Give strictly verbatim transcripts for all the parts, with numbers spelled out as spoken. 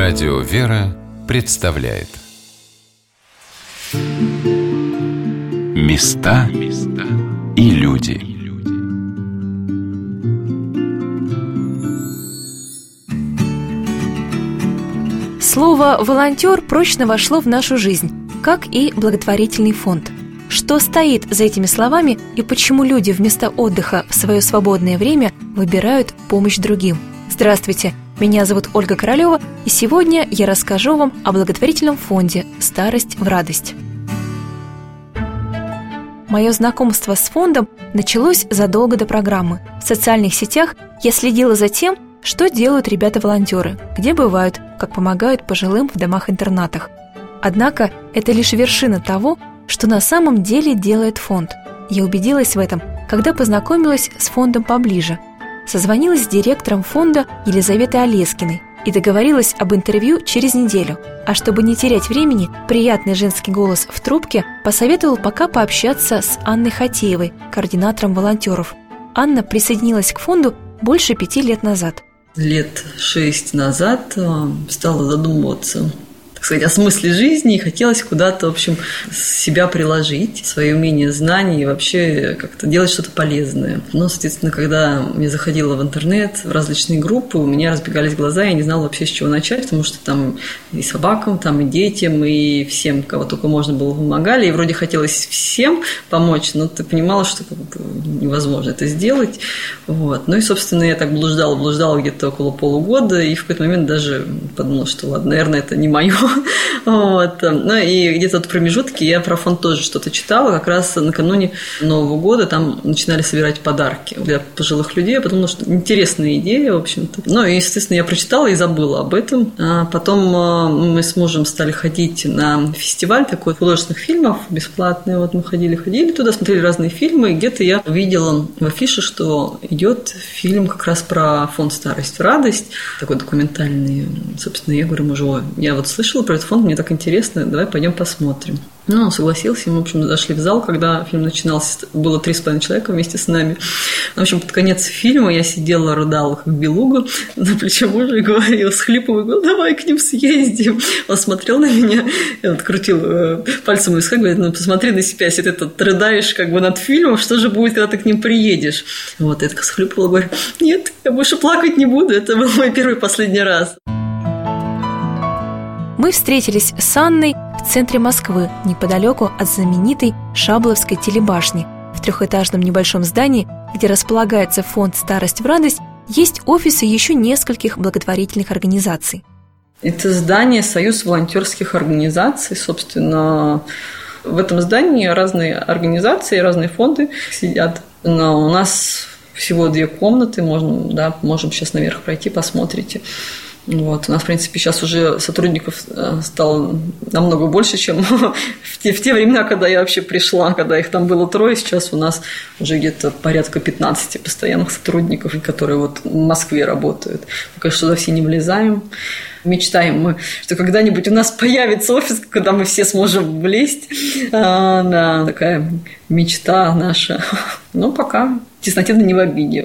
Радио «Вера» представляет Места и люди. Слово «волонтер» прочно вошло в нашу жизнь, как и благотворительный фонд. Что стоит за этими словами и почему люди вместо отдыха в свое свободное время выбирают помощь другим? Здравствуйте, меня зовут Ольга Королева, и сегодня я расскажу вам о благотворительном фонде «Старость в радость». Мое знакомство с фондом началось задолго до программы. В социальных сетях я следила за тем, что делают ребята-волонтеры, где бывают, как помогают пожилым в домах-интернатах. Однако это лишь вершина того, что на самом деле делает фонд. Я убедилась в этом, когда познакомилась с фондом поближе. Созвонилась с директором фонда Елизаветой Олескиной и договорилась об интервью через неделю. А чтобы не терять времени, приятный женский голос в трубке посоветовал пока пообщаться с Анной Хатеевой, координатором волонтеров. Анна присоединилась к фонду больше пяти лет назад. Лет шесть назад стала задумываться, так сказать, о смысле жизни, и хотелось куда-то, в общем, себя приложить, свои умения, знания и вообще как-то делать что-то полезное. Но, соответственно, когда я заходила в интернет, в различные группы, у меня разбегались глаза, я не знала вообще, с чего начать, потому что там и собакам, там и детям, и всем, кого только можно было, помогали, и вроде хотелось всем помочь, но ты понимала, что как бы невозможно это сделать. Вот. Ну и, собственно, я так блуждала, блуждала где-то около полугода, и в какой-то момент даже подумала, что, ладно, наверное, это не мое. Вот. Ну и где-то в промежутке я про фонд тоже что-то читала, как раз накануне Нового года там начинали собирать подарки для пожилых людей. Я подумала, что интересная идея, в общем-то. Ну и, естественно, я прочитала и забыла об этом. А потом мы с мужем стали ходить на фестиваль такой художественных фильмов бесплатный. Вот мы ходили-ходили туда, смотрели разные фильмы, и где-то я увидела в афише, что идет фильм как раз про фонд «Старость в радость», такой документальный. Собственно, я говорю мужу: ой, я вот слышала про этот фонд, мне так интересно, давай пойдем посмотрим. Ну, он согласился, и мы, в общем, зашли в зал, когда фильм начинался, было три с половиной человека вместе с нами. В общем, под конец фильма я сидела, рыдала, как белуга, на плече мужа и говорила, схлипывая, говорю, давай к ним съездим. Он смотрел на меня, я вот крутил пальцем висок, говорит, ну, посмотри на себя, если ты тут рыдаешь как бы над фильмом, что же будет, когда ты к ним приедешь? Вот, я так схлипывала, говорю, нет, я больше плакать не буду, это был мой первый и последний раз. Мы встретились с Анной в центре Москвы, неподалеку от знаменитой Шабловской телебашни. В трехэтажном небольшом здании, где располагается фонд «Старость в радость», есть офисы еще нескольких благотворительных организаций. Это здание «Союз волонтерских организаций». Собственно, в этом здании разные организации, разные фонды сидят. Но у нас всего две комнаты, можно, да, можем сейчас наверх пройти, посмотрите. Вот. У нас, в принципе, сейчас уже сотрудников стало намного больше, чем в те, в те времена, когда я вообще пришла, когда их там было трое. Сейчас у нас уже где-то порядка пятнадцати постоянных сотрудников, которые вот в Москве работают. Мы, конечно, туда все не влезаем. Мечтаем мы, что когда-нибудь у нас появится офис, когда мы все сможем влезть. А, да, такая мечта наша. Но пока в тесноте да не в обиде.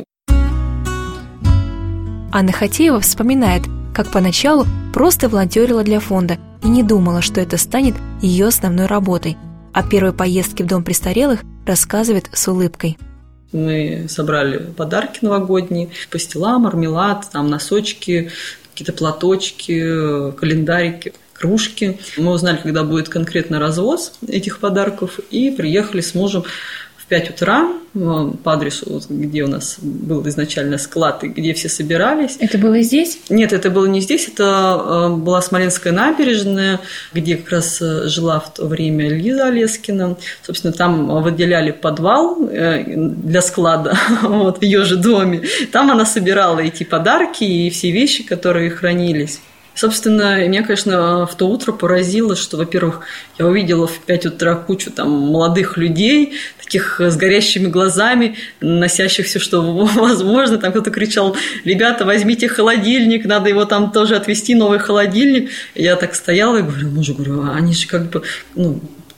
Анна Хатеева вспоминает, как поначалу просто волонтерила для фонда и не думала, что это станет ее основной работой. О первой поездке в дом престарелых рассказывает с улыбкой. Мы собрали подарки новогодние, пастила, мармелад, там носочки, какие-то платочки, календарики, кружки. Мы узнали, когда будет конкретно развоз этих подарков, и приехали с мужем в пять утра по адресу, где у нас был изначально склад и где все собирались. Это было здесь? Нет, это было не здесь, это была Смоленская набережная, где как раз жила в то время Лиза Олескина. Собственно, там выделяли подвал для склада вот, в ее же доме. Там она собирала эти подарки и все вещи, которые хранились. Собственно, меня, конечно, в то утро поразило, что, во-первых, я увидела в пять утра кучу там молодых людей, таких с горящими глазами, носящих все, что возможно. Там кто-то кричал: ребята, возьмите холодильник, надо его там тоже отвезти, новый холодильник. Я так стояла и говорю мужу, говорю, они же как бы, ну,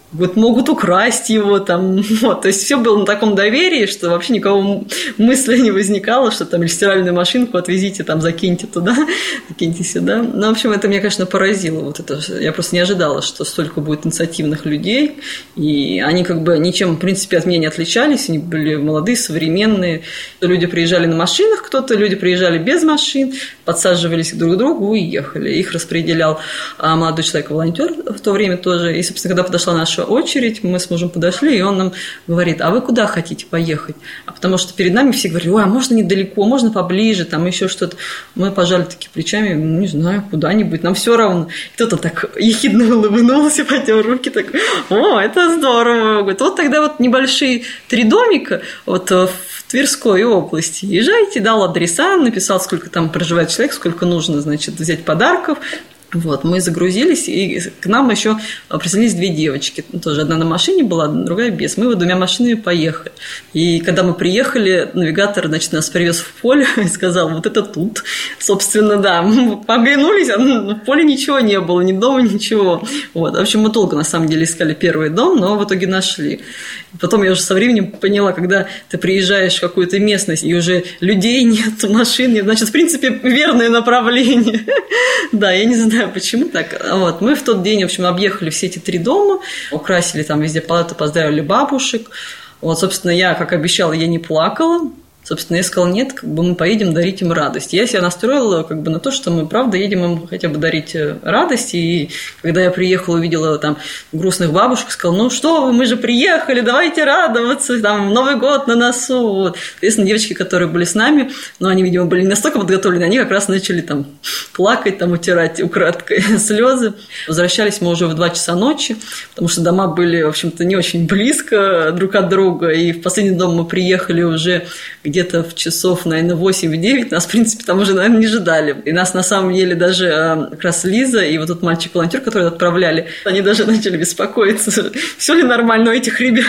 вот могут украсть его там, вот, то есть все было на таком доверии, что вообще никого мысли не возникало, что там или стиральную машинку отвезите, там закиньте туда, закиньте сюда. Ну, в общем, это меня, конечно, поразило. Вот это, я просто не ожидала, что столько будет инициативных людей, и они как бы ничем, в принципе, от меня не отличались, они были молодые, современные. Люди приезжали на машинах, кто-то, люди приезжали без машин, подсаживались друг к другу и ехали. Их распределял молодой человек-волонтер в то время тоже. И, собственно, когда подошла наша очередь, мы с мужем подошли, и он нам говорит: а вы куда хотите поехать? А потому что перед нами все говорили: ой, а можно недалеко, можно поближе, там еще что-то. Мы пожали такие плечами: ну, не знаю, куда-нибудь, нам все равно. Кто-то так ехидно улыбнулся, потер руки, так: о, это здорово. Говорит, вот тогда вот небольшие три домика вот в Тверской области. Езжайте, дал адреса, написал, сколько там проживает человек, сколько нужно, значит, взять подарков. Вот, мы загрузились, и к нам еще присоединились две девочки. Тоже одна на машине была, другая без. Мы вот двумя машинами поехали. И когда мы приехали, навигатор, значит, нас привез в поле и сказал: вот это тут. Собственно, да, мы оглянулись, а в поле ничего не было, ни дома, ничего. Вот. В общем, мы долго, на самом деле, искали первый дом, но в итоге нашли. Потом я уже со временем поняла, когда ты приезжаешь в какую-то местность, и уже людей нет, машин нет, значит, в принципе, верное направление. Да, я не знаю, почему так. Вот. Мы в тот день, в общем, объехали все эти три дома, украсили там везде палаты, поздравили бабушек. Вот, собственно, я, как обещала, я не плакала. Собственно, я сказала: нет, как бы мы поедем дарить им радость. Я себя настроила как бы на то, что мы, правда, едем им хотя бы дарить радость. И когда я приехала, увидела там грустных бабушек, сказала: ну что вы, мы же приехали, давайте радоваться, там Новый год на носу. Вот. Соответственно, девочки, которые были с нами, ну, они, видимо, были не настолько подготовлены, они как раз начали там плакать, там утирать украдкой слезы. Возвращались мы уже в два часа ночи, потому что дома были, в общем-то, не очень близко друг от друга. И в последний дом мы приехали уже где где-то в часов, наверное, восемь-девять, нас, в принципе, там уже, наверное, не ждали. И нас, на самом деле, даже как раз Лиза и вот тот мальчик-волонтер, который отправляли, они даже начали беспокоиться, все ли нормально у этих ребят.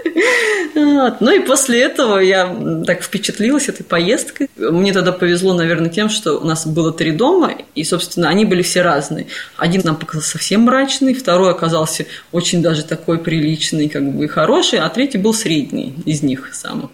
Вот. Ну и после этого я так впечатлилась этой поездкой. Мне тогда повезло, наверное, тем, что у нас было три дома, и, собственно, они были все разные. Один нам показался совсем мрачный, второй оказался очень даже такой приличный, как бы хороший, а третий был средний из них самых.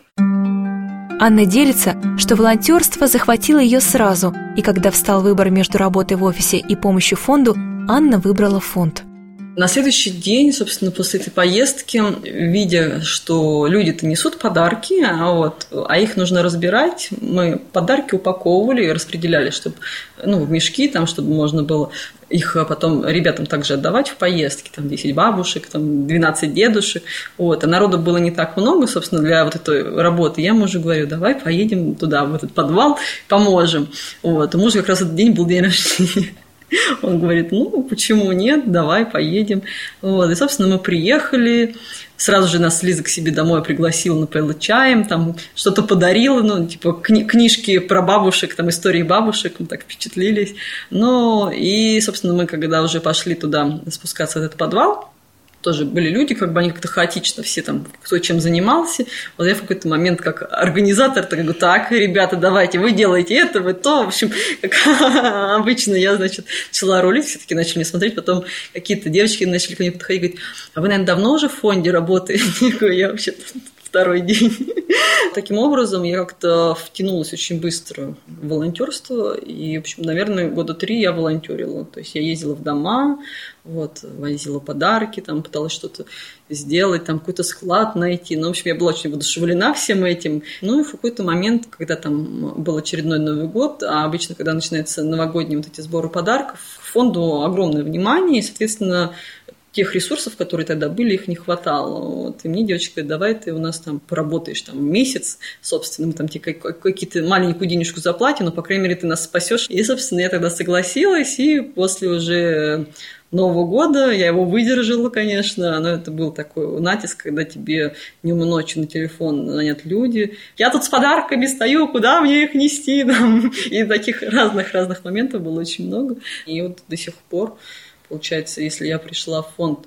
Анна делится, что волонтерство захватило ее сразу, и когда встал выбор между работой в офисе и помощью фонду, Анна выбрала фонд. На следующий день, собственно, после этой поездки, видя, что люди-то несут подарки, а, вот, а их нужно разбирать, мы подарки упаковывали и распределяли, чтобы, ну, в мешки, там, чтобы можно было их потом ребятам также отдавать в поездки, там десять бабушек, там двенадцать дедушек, вот, а народу было не так много, собственно, для вот этой работы. Я мужу говорю: давай поедем туда, в этот подвал, поможем. Вот, у мужа как раз этот день был день рождения. Он говорит: ну, почему нет, давай поедем. Вот, и, собственно, мы приехали. Сразу же нас Лиза к себе домой пригласила, напоила чаем, там что-то подарила, ну, типа кни- книжки про бабушек, там истории бабушек, мы так впечатлились. Ну, и, собственно, мы когда уже пошли туда спускаться в этот подвал, тоже были люди, как бы они как-то хаотично все там, кто чем занимался. Вот я в какой-то момент как организатор так говорю: так, ребята, давайте, вы делаете это, вы то. В общем, как обычно я, значит, начала рулить, все-таки начали меня смотреть, потом какие-то девочки начали ко мне подходить, говорить: а вы, наверное, давно уже в фонде работаете? Я говорю: я вообще-то второй день. Таким образом, я как-то втянулась очень быстро в волонтерство, и, в общем, наверное, года три я волонтерила. То есть я ездила в дома, вот, возила подарки, там, пыталась что-то сделать, там, какой-то склад найти. Ну, в общем, я была очень воодушевлена всем этим. Ну, и в какой-то момент, когда там был очередной Новый год, а обычно, когда начинаются новогодние вот эти сборы подарков, фонду огромное внимание, и, соответственно, тех ресурсов, которые тогда были, их не хватало. Вот. И мне девочка говорит: давай ты у нас там поработаешь там месяц, собственно, мы там тебе какие-то маленькую денежку заплатим, но, по крайней мере, ты нас спасешь. И, собственно, я тогда согласилась, и после уже Нового года я его выдержала, конечно, но это был такой натиск, когда тебе днем и ночью на телефон звонят люди: я тут с подарками стою, куда мне их нести? Там. И таких разных-разных моментов было очень много. И вот до сих пор, получается, если я пришла в фонд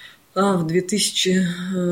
а, в две тысячи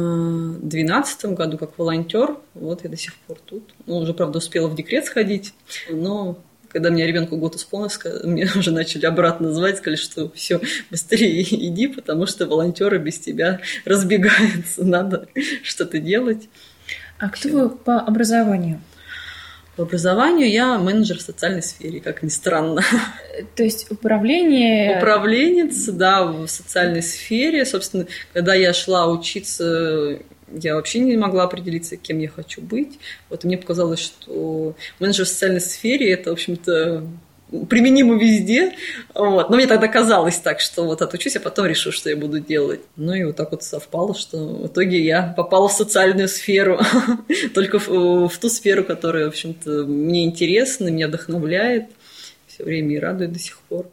двенадцатом году как волонтер, вот я до сих пор тут. Ну, уже, правда, успела в декрет сходить, но Когда мне ребенку год исполнился, мне уже начали обратно звать, сказали, что все, быстрее иди, потому что волонтеры без тебя разбегаются, надо что-то делать. А кто вы по образованию? По образованию я менеджер в социальной сфере, как ни странно. То есть управление... Управленец, да, в социальной сфере. Собственно, когда я шла учиться, я вообще не могла определиться, кем я хочу быть. Вот мне показалось, что менеджер в социальной сфере – это, в общем-то, применимо везде. Вот. Но мне тогда казалось так, что вот отучусь, а потом решу, что я буду делать. Ну и вот так вот совпало, что в итоге я попала в социальную сферу, только в, в ту сферу, которая, в общем-то, мне интересна, меня вдохновляет все время и радует до сих пор.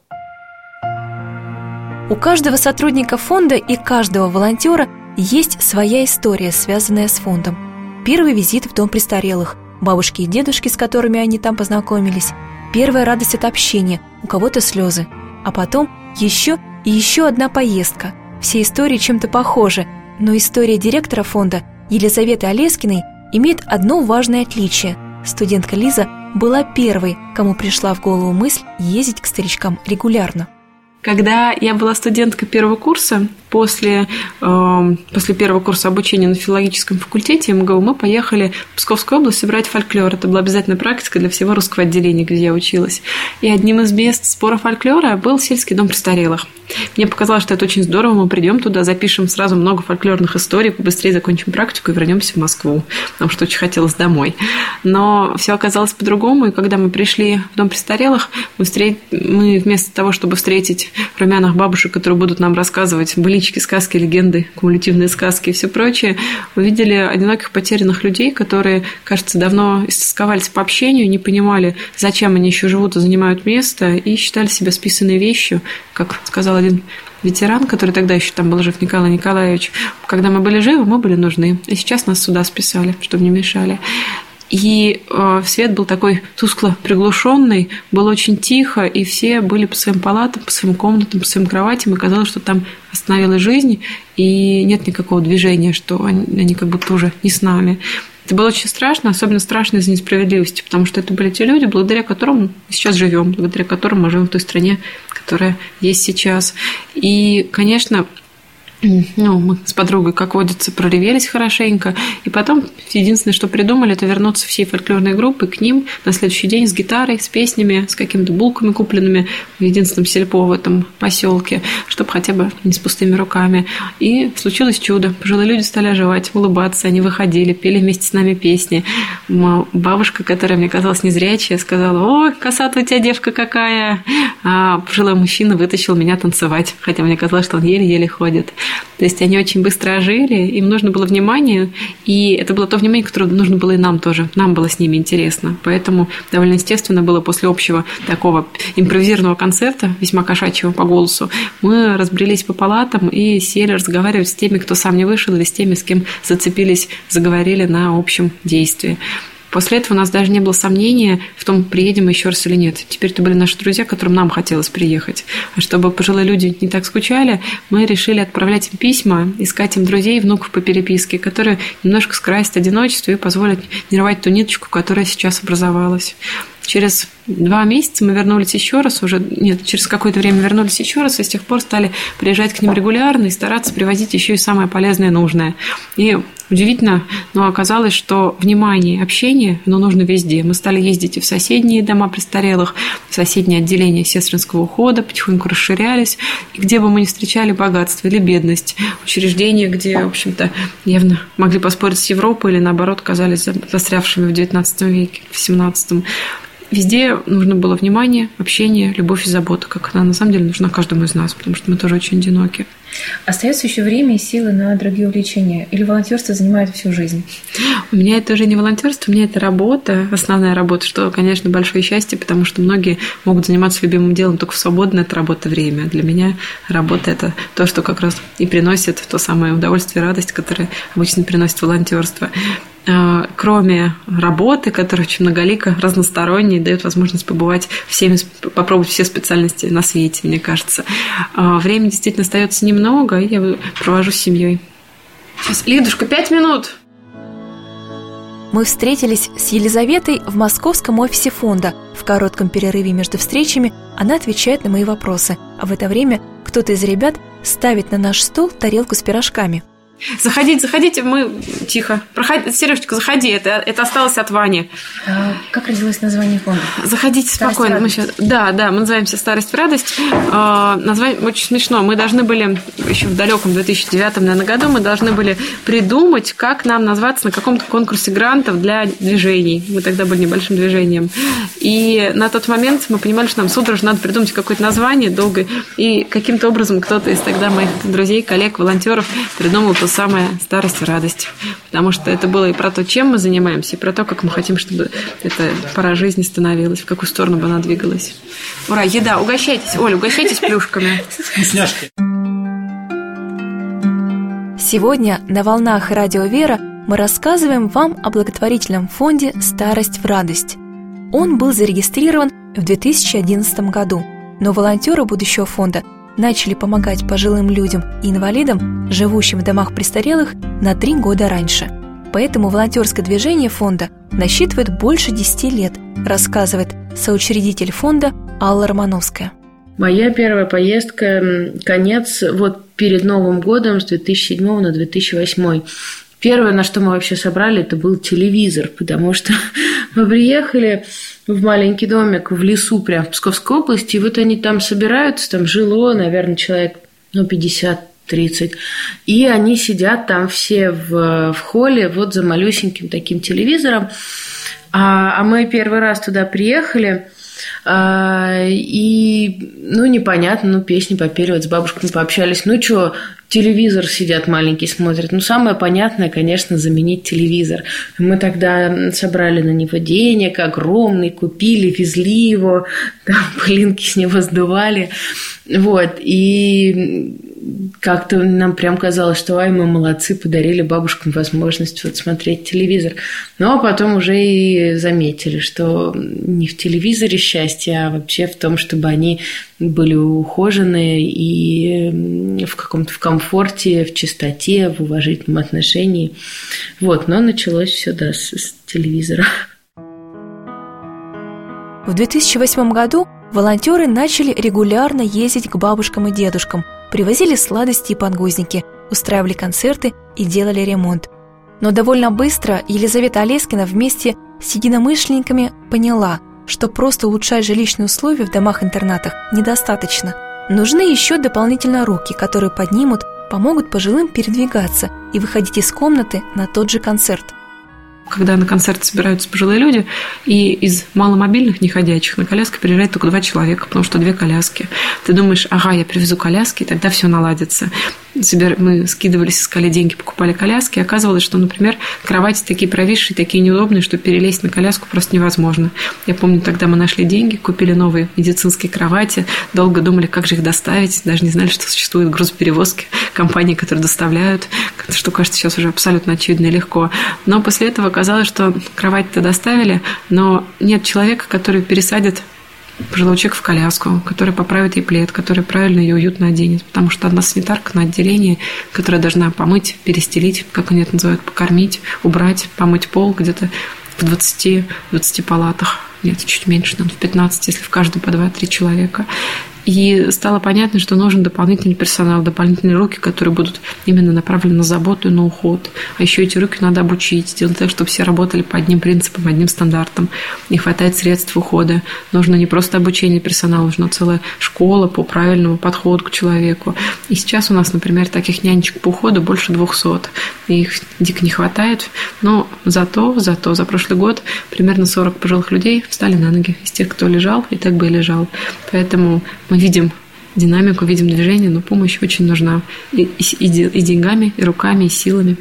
У каждого сотрудника фонда и каждого волонтера есть своя история, связанная с фондом. Первый визит в дом престарелых, бабушки и дедушки, с которыми они там познакомились, первая радость от общения, у кого-то слезы, а потом еще и еще одна поездка. Все истории чем-то похожи, но история директора фонда Елизаветы Олескиной имеет одно важное отличие. Студентка Лиза была первой, кому пришла в голову мысль ездить к старичкам регулярно. Когда я была студенткой первого курса, после, э, после первого курса обучения на филологическом факультете эм гэ у, мы поехали в Псковскую область собирать фольклор. Это была обязательная практика для всего русского отделения, где я училась. И одним из мест сбора фольклора был сельский дом престарелых. Мне показалось, что это очень здорово, мы придем туда, запишем сразу много фольклорных историй, побыстрее закончим практику и вернемся в Москву, потому что очень хотелось домой. Но все оказалось по-другому, и когда мы пришли в дом престарелых, мы, встр... мы вместо того, чтобы встретить румяных бабушек, которые будут нам рассказывать былички, сказки, легенды, кумулятивные сказки и все прочее, увидели одиноких потерянных людей, которые, кажется, давно истосковались по общению, не понимали, зачем они еще живут и занимают место, и считали себя списанной вещью, как сказал один ветеран, который тогда еще там был жив, Николай Николаевич. Когда мы были живы, мы были нужны, и сейчас нас сюда списали, чтобы не мешали. И э, свет был такой тускло приглушенный, было очень тихо, и все были по своим палатам, по своим комнатам, по своим кроватям, и казалось, что там остановилась жизнь, и нет никакого движения, что они, они как будто уже не с нами. Это было очень страшно, особенно страшно из-за несправедливости, потому что это были те люди, благодаря которым мы сейчас живем, благодаря которым мы живем в той стране, которая есть сейчас. И, конечно, ну, мы с подругой, как водится, проревелись хорошенько. И потом единственное, что придумали, это вернуться всей фольклорной группы к ним на следующий день с гитарой, с песнями, с какими-то булками, купленными в единственном сельпо в этом поселке, чтобы хотя бы не с пустыми руками. И случилось чудо. Пожилые люди стали оживать, улыбаться. Они выходили, пели вместе с нами песни. Бабушка, которая мне казалась незрячая, сказала: «О, косатая у тебя девка какая!» А пожилой мужчина вытащил меня танцевать, хотя мне казалось, что он еле-еле ходит. То есть они очень быстро ожили, им нужно было внимание, и это было то внимание, которое нужно было и нам тоже. Нам было с ними интересно. Поэтому довольно естественно было после общего такого импровизированного концерта, весьма кошачьего по голосу, мы разбрелись по палатам и сели разговаривать с теми, кто сам не вышел, или с теми, с кем зацепились, заговорили на общем действии. После этого у нас даже не было сомнения в том, приедем мы еще раз или нет. Теперь это были наши друзья, которым нам хотелось приехать. А чтобы пожилые люди не так скучали, мы решили отправлять им письма, искать им друзей и внуков по переписке, которые немножко скрасят одиночество и позволят не рвать ту ниточку, которая сейчас образовалась. Через два месяца мы вернулись еще раз, уже нет, через какое-то время вернулись еще раз, и с тех пор стали приезжать к ним регулярно и стараться привозить еще и самое полезное и нужное. И удивительно, но оказалось, что внимание, общение, оно нужно везде. Мы стали ездить и в соседние дома престарелых, в соседние отделения сестринского ухода, потихоньку расширялись. И где бы мы ни встречали богатство или бедность, учреждения, где, в общем-то, явно могли поспорить с Европой или, наоборот, казались застрявшими в девятнадцатом веке, в семнадцатом. Везде нужно было внимание, общение, любовь и забота, как она на самом деле нужна каждому из нас, потому что мы тоже очень одиноки. Остается еще время и силы на другие увлечения? Или волонтерство занимает всю жизнь? У меня это уже не волонтерство, у меня это работа, основная работа, что, конечно, большое счастье, потому что многие могут заниматься любимым делом только в свободное от работы время. Для меня работа – это то, что как раз и приносит то самое удовольствие и радость, которое обычно приносит волонтерство. Кроме работы, которая очень многолика, разносторонняя, дает возможность побывать всеми, попробовать все специальности на свете, мне кажется. Времени действительно остается немного, и я провожу с семьей. Сейчас, Лидушка, пять минут. Мы встретились с Елизаветой в московском офисе фонда. В коротком перерыве между встречами она отвечает на мои вопросы, а в это время кто-то из ребят ставит на наш стол тарелку с пирожками. Заходите, заходите, мы тихо. Проходи, Сережечка, заходи, это, это осталось от Вани. А как родилось название фонда? Заходите Старость спокойно. Мы сейчас... Да, да, мы называемся «Старость в радость». А, название очень смешно. Мы должны были, еще в далеком две тысячи девятом, наверное, году, мы должны были придумать, как нам назваться на каком-то конкурсе грантов для движений. Мы тогда были небольшим движением. И на тот момент мы понимали, что нам судорожно надо придумать какое-то название долго. И каким-то образом кто-то из тогда моих друзей, коллег, волонтеров придумал то самое «Старость и радость». Потому что это было и про то, чем мы занимаемся, и про то, как мы хотим, чтобы эта пора жизни становилась, в какую сторону бы она двигалась. Ура, еда, угощайтесь. Оля, угощайтесь плюшками. Вкусняшки. Сегодня на «Волнах Радио Вера» мы рассказываем вам о благотворительном фонде «Старость в радость». Он был зарегистрирован в две тысячи одиннадцатом году, но волонтеры будущего фонда начали помогать пожилым людям и инвалидам, живущим в домах престарелых, на три года раньше. Поэтому волонтерское движение фонда насчитывает больше десяти лет, рассказывает соучредитель фонда Алла Романовская. Моя первая поездка, конец, вот перед Новым годом с две тысячи седьмого на две тысячи восьмой. Первое, на что мы вообще собрали, это был телевизор, потому что мы приехали в маленький домик в лесу прямо в Псковской области, и вот они там собираются, там жило, наверное, человек, ну, пятьдесят-тридцать, и они сидят там все в, в холле вот за малюсеньким таким телевизором, а, а мы первый раз туда приехали, а, и, ну, непонятно, ну, песни попели, вот с бабушками пообщались, ну, что, телевизор сидят маленький, смотрят. Ну, самое понятное, конечно, заменить телевизор. Мы тогда собрали на него денег огромный, купили, везли его, там пылинки с него сдували. Вот, и как-то нам прям казалось, что ай, мы молодцы, подарили бабушкам возможность вот смотреть телевизор. Ну, а потом уже и заметили, что не в телевизоре счастье, а вообще в том, чтобы они были ухоженные и в каком-то в комфорте, в чистоте, в уважительном отношении. Вот, но началось все, да, с, с телевизора. В две тысячи восьмом году волонтеры начали регулярно ездить к бабушкам и дедушкам, привозили сладости и подгузники, устраивали концерты и делали ремонт. Но довольно быстро Елизавета Олескина вместе с единомышленниками поняла, что просто улучшать жилищные условия в домах-интернатах недостаточно. Нужны еще дополнительно руки, которые поднимут, помогут пожилым передвигаться и выходить из комнаты на тот же концерт. Когда на концерт собираются пожилые люди, и из маломобильных, неходячих на коляске приезжает только два человека, потому что две коляски. Ты думаешь, ага, я привезу коляски, и тогда все наладится. Мы скидывались, искали деньги, покупали коляски, и оказывалось, что, например, кровати такие провисшие, такие неудобные, что перелезть на коляску просто невозможно. Я помню, тогда мы нашли деньги, купили новые медицинские кровати, долго думали, как же их доставить, даже не знали, что существуют грузоперевозки, компании, которые доставляют, что, кажется, сейчас уже абсолютно очевидно и легко. Но после этого оказалось, что кровать-то доставили, но нет человека, который пересадит пожилого человека в коляску, который поправит ей плед, который правильно ее уютно оденет, потому что одна санитарка на отделении, которая должна помыть, перестелить, как они это называют, покормить, убрать, помыть пол где-то в двадцати-двадцати палатах. Нет, чуть меньше, там, в пятнадцати, если в каждом по два-три человека. И стало понятно, что нужен дополнительный персонал, дополнительные руки, которые будут именно направлены на заботу и на уход. А еще эти руки надо обучить, сделать так, чтобы все работали по одним принципам, одним стандартам. Не хватает средств ухода. Нужно не просто обучение персонала, нужна целая школа по правильному подходу к человеку. И сейчас у нас, например, таких нянечек по уходу больше двухсот. И их дико не хватает. Но зато, зато за прошлый год примерно сорок пожилых людей встали на ноги из тех, кто лежал, и так бы и лежал. Поэтому мы видим динамику, видим движение, но помощь очень нужна и, и, и деньгами, и руками, и силами.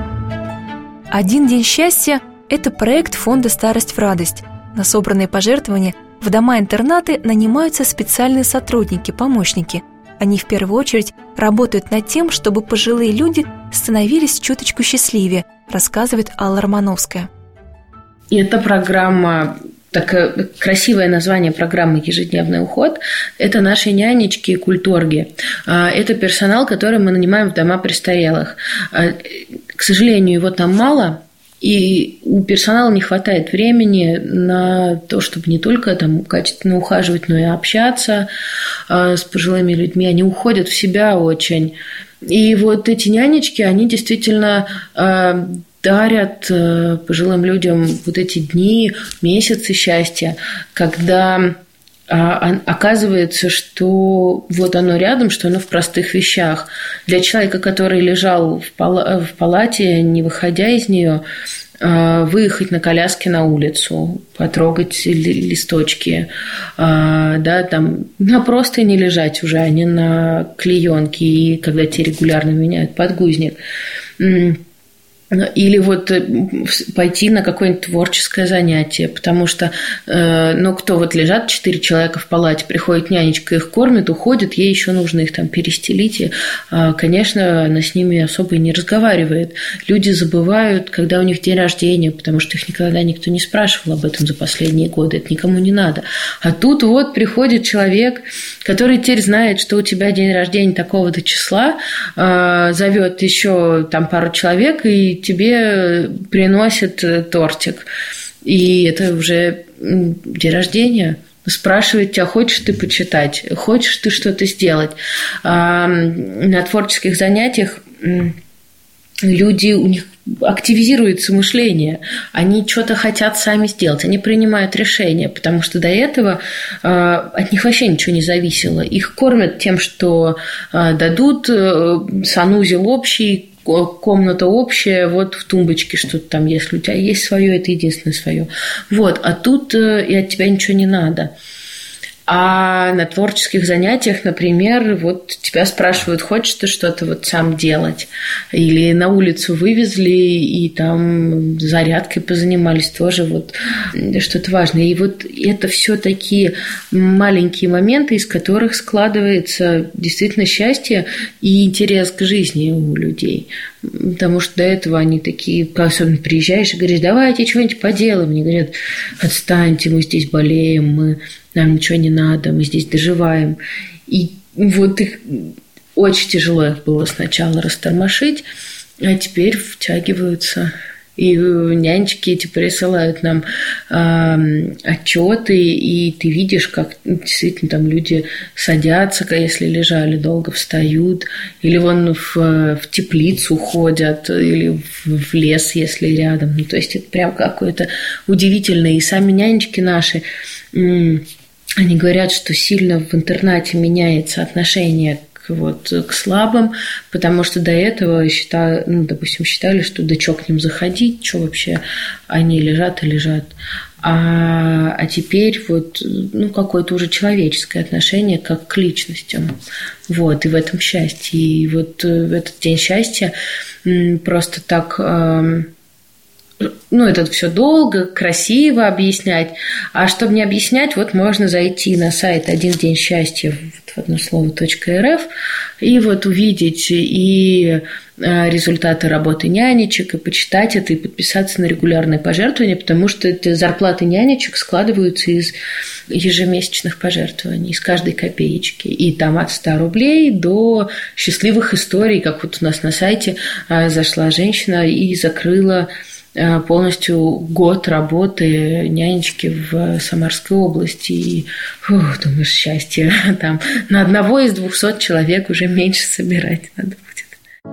«Один день счастья» – это проект фонда «Старость в радость». На собранные пожертвования в дома-интернаты нанимаются специальные сотрудники, помощники. Они в первую очередь работают над тем, чтобы пожилые люди становились чуточку счастливее, рассказывает Алла Романовская. И эта программа... Такое красивое название программы «Ежедневный уход» – это наши нянечки и культорги. Это персонал, который мы нанимаем в дома престарелых. К сожалению, его там мало, И у персонала не хватает времени на то, чтобы не только там качественно ухаживать, но и общаться с пожилыми людьми. Они уходят в себя очень. И вот эти нянечки, они действительно дарят пожилым людям вот эти дни, месяцы счастья, когда оказывается, что вот оно рядом, что оно в простых вещах. Для человека, который лежал в палате, не выходя из нее, выехать на коляске на улицу, потрогать листочки, да, там, на простыни лежать уже, а не на клеенке, и когда те регулярно меняют подгузник. Или вот пойти на какое-нибудь творческое занятие, потому что, ну, кто вот лежат, четыре человека в палате, приходит нянечка, их кормит, уходит, ей еще нужно их там перестелить, и, конечно, она с ними особо и не разговаривает. Люди забывают, когда у них день рождения, потому что их никогда никто не спрашивал об этом за последние годы, это никому не надо. А тут вот приходит человек, который теперь знает, что у тебя день рождения такого-то числа, зовет еще там пару человек, и тебе приносят тортик. И это уже день рождения. Спрашивает тебя, хочешь ты почитать, хочешь ты что-то сделать. На творческих занятиях люди, у них активизируется мышление, они что-то хотят сами сделать, они принимают решения, потому что до этого от них вообще ничего не зависело. Их кормят тем, что дадут, санузел общий, комната общая, вот в тумбочке что-то там, если у тебя есть свое, это единственное свое. Вот, а тут и от тебя ничего не надо. А на творческих занятиях, например, вот тебя спрашивают, хочешь ты что-то вот сам делать? Или на улицу вывезли, и там зарядкой позанимались, тоже вот что-то важное. И вот это все такие маленькие моменты, из которых складывается действительно счастье и интерес к жизни у людей. Потому что до этого они такие, особенно приезжаешь и говоришь, давайте что-нибудь поделаем. Они говорят, отстаньте, мы здесь болеем, мы... нам ничего не надо, мы здесь доживаем. И вот их очень тяжело их было сначала растормошить, а теперь втягиваются. И нянечки эти присылают нам э, отчеты, и ты видишь, как действительно там люди садятся, если лежали, долго встают, или вон в, в теплицу ходят, или в, в лес, если рядом. Ну, то есть это прям какое-то удивительное. И сами нянечки наши... М- Они говорят, что сильно в интернате меняется отношение к, вот, к слабым, потому что до этого, считали, ну, допустим, считали, что да чё к ним заходить, что вообще они лежат и лежат. А, а теперь вот, ну, какое-то уже человеческое отношение как к личностям. Вот, и в этом счастье. И вот в этот день счастья просто так... Ну, это все долго, красиво объяснять. А чтобы не объяснять, вот можно зайти на сайт «Один день счастья» в одно слово .рф и вот увидеть и результаты работы нянечек, и почитать это, и подписаться на регулярные пожертвования, потому что это зарплаты нянечек складываются из ежемесячных пожертвований, из каждой копеечки. И там от ста рублей до счастливых историй, как вот у нас на сайте зашла женщина и закрыла полностью год работы нянечки в Самарской области. И, фух, думаешь, счастье. Там на одного из двухсот человек уже меньше собирать надо будет.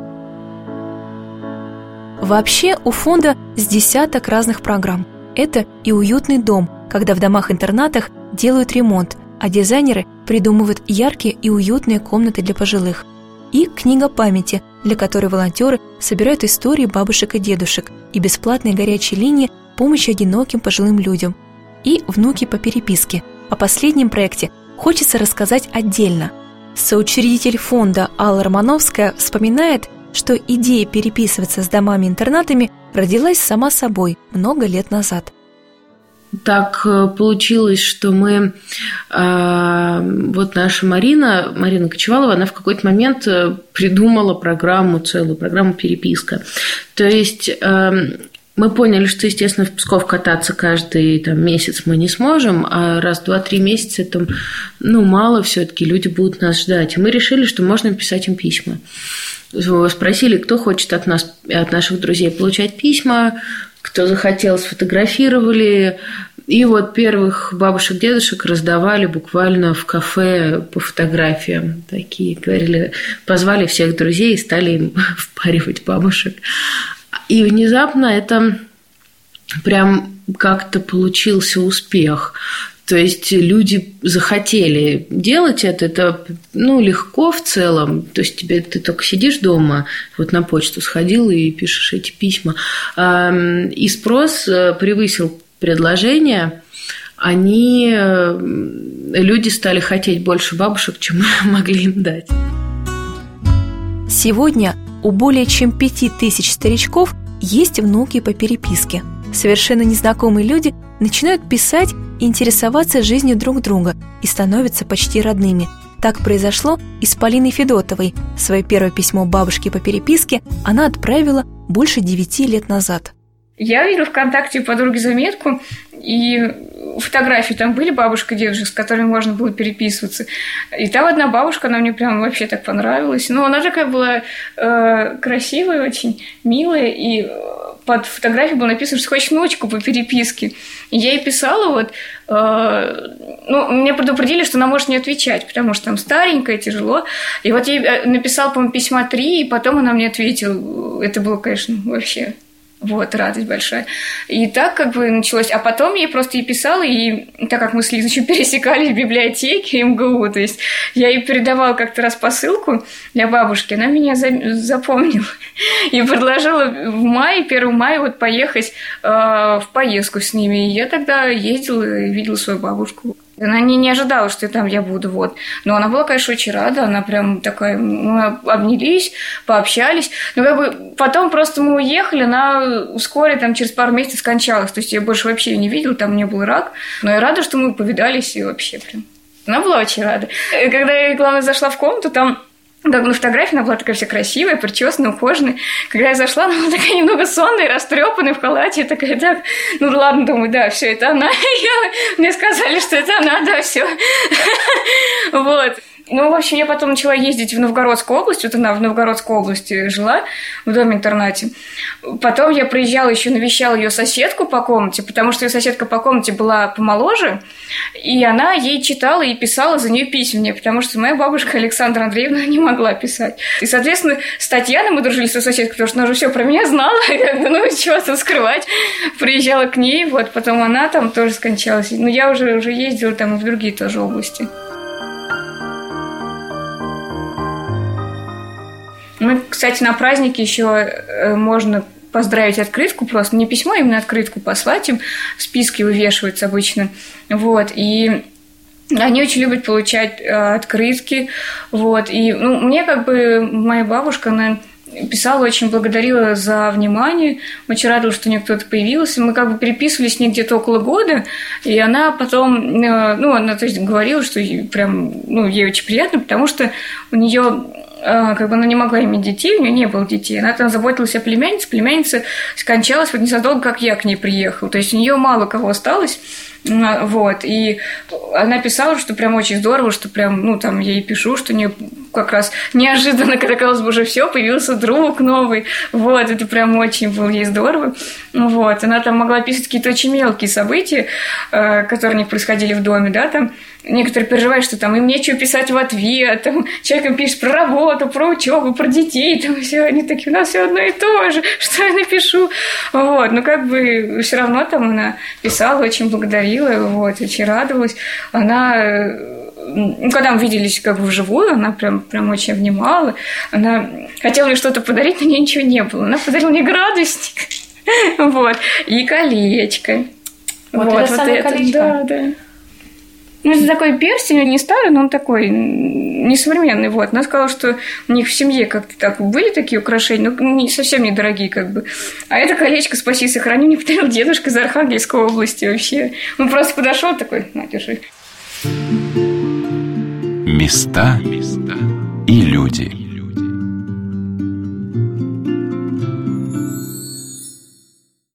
Вообще у фонда с десяток разных программ. Это и уютный дом, когда в домах-интернатах делают ремонт, а дизайнеры придумывают яркие и уютные комнаты для пожилых. И книга памяти, для которой волонтеры собирают истории бабушек и дедушек, и бесплатные горячие линии помощи одиноким пожилым людям. И внуки по переписке. О последнем проекте хочется рассказать отдельно. Соучредитель фонда Алла Романовская вспоминает, что идея переписываться с домами-интернатами родилась сама собой много лет назад. Так получилось, что мы, вот наша Марина, Марина Кочевалова, она в какой-то момент придумала программу, целую программу «Переписка». То есть мы поняли, что, естественно, в Псков кататься каждый там, месяц мы не сможем, а раз в два-три месяца это, ну, мало все-таки, люди будут нас ждать. И мы решили, что можно писать им письма. Спросили, кто хочет от нас, от наших друзей получать письма. кто захотел, сфотографировали. И вот первых бабушек, дедушек раздавали буквально в кафе по фотографиям. Такие, говорили, позвали всех друзей и стали им впаривать бабушек. И внезапно это прям как-то получился успех. То есть люди захотели делать это, это ну, легко в целом. То есть тебе, ты только сидишь дома, вот на почту сходил и пишешь эти письма. И спрос превысил предложение. Они, люди стали хотеть больше бабушек, чем могли им дать. Сегодня у более чем пяти тысяч старичков есть внуки по переписке. Совершенно незнакомые люди начинают писать и интересоваться жизнью друг друга и становятся почти родными. Так произошло и с Полиной Федотовой. Свое первое письмо бабушке по переписке она отправила больше девяти лет назад. Я видела ВКонтакте у подруги заметку, и фотографии там были бабушка и дедушка, с которыми можно было переписываться. И там одна бабушка, она мне прям вообще так понравилась. Ну, она такая была э, красивая, очень милая, и под фотографией было написано, что хочешь внучку по переписке. И я ей писала, вот, э, ну, меня предупредили, что она может не отвечать, потому что там старенькая, тяжело. И вот я ей написала, по-моему, письма три, и потом она мне ответила. Это было, конечно, вообще... Вот, радость большая. И так как бы началось. А потом я просто ей писала, и так как мы с Лизой еще пересекались в библиотеке эм гэ у, то есть я ей передавала как-то раз посылку для бабушки, она меня запомнила и предложила в мае, первого мая вот поехать э, в поездку с ними. И я тогда ездила и видела свою бабушку. Она не, не ожидала, что там я буду, вот. Но она была, конечно, очень рада, она прям такая, мы обнялись, пообщались. Но как бы потом просто мы уехали, она вскоре, там, через пару месяцев скончалась. То есть я больше вообще ее не видела, там у меня был рак. Но я рада, что мы повидались, и вообще прям... Она была очень рада. И когда я, главное, зашла в комнату, там... Как на фотографии она была такая вся красивая, причесанная, ухоженная. Когда я зашла, она была такая немного сонная, растрепанная в халате. Я такая, так, ну ладно, думаю, да, все это она. Я, мне сказали, что это она, да, все. Вот. Ну, в общем, я потом начала ездить в Новгородскую область. Вот она в Новгородской области жила, в доме-интернате. Потом я приезжала, еще навещала ее соседку по комнате, потому что ее соседка по комнате была помоложе, и она ей читала и писала за нее письма мне, потому что моя бабушка Александра Андреевна не могла писать. И, соответственно, с Татьяной мы дружили, с ее соседкой, потому что она уже все про меня знала, ну, чего там скрывать. Приезжала к ней, вот, потом она там тоже скончалась. Но я уже, уже ездила там и в другие тоже области. Ну, кстати, на празднике еще можно поздравить открытку, просто не письмо, а именно открытку послать им. Списки вывешиваются обычно. Вот. И они очень любят получать э, открытки. Вот. И ну, мне как бы моя бабушка, она писала, очень благодарила за внимание, очень радовалась, что у нее кто-то появился. Мы как бы переписывались с ней где-то около года, и она потом, э, ну, она то есть, говорила, что ей прям, ну, ей очень приятно, потому что у нее как бы она не могла иметь детей, у нее не было детей. Она там заботилась о племяннице, племянница скончалась вот незадолго, как я к ней приехала. То есть у нее мало кого осталось. Вот. И она писала, что прям очень здорово, что прям, ну, там, я ей пишу, что у нее как раз неожиданно, когда казалось бы уже все, появился друг новый. Вот. Это прям очень было ей здорово. Вот. Она там могла писать какие-то очень мелкие события, которые у них происходили в доме, да, там. Некоторые переживают, что там им нечего писать в ответ, там, человек им пишет про работу, про учебу, про детей, там все, они такие, у нас все одно и то же, что я напишу. Вот, но как бы все равно там она писала, очень благодарила, вот, очень радовалась. Она, ну, когда мы виделись как бы вживую, она прям, прям очень обнимала, она хотела мне что-то подарить, но у нее ничего не было. Она подарила мне градусник, вот, и колечко. Вот, вот это вот самое это, колечко? Да, да. Ну, это такой перстень, он не старый, но он такой несовременный. Вот. Она сказала, что у них в семье как-то так были такие украшения, но не, совсем недорогие как бы. А это колечко, спаси, сохрани, мне подарил дедушка из Архангельской области вообще. Он просто подошел такой, на, держи. Места и люди.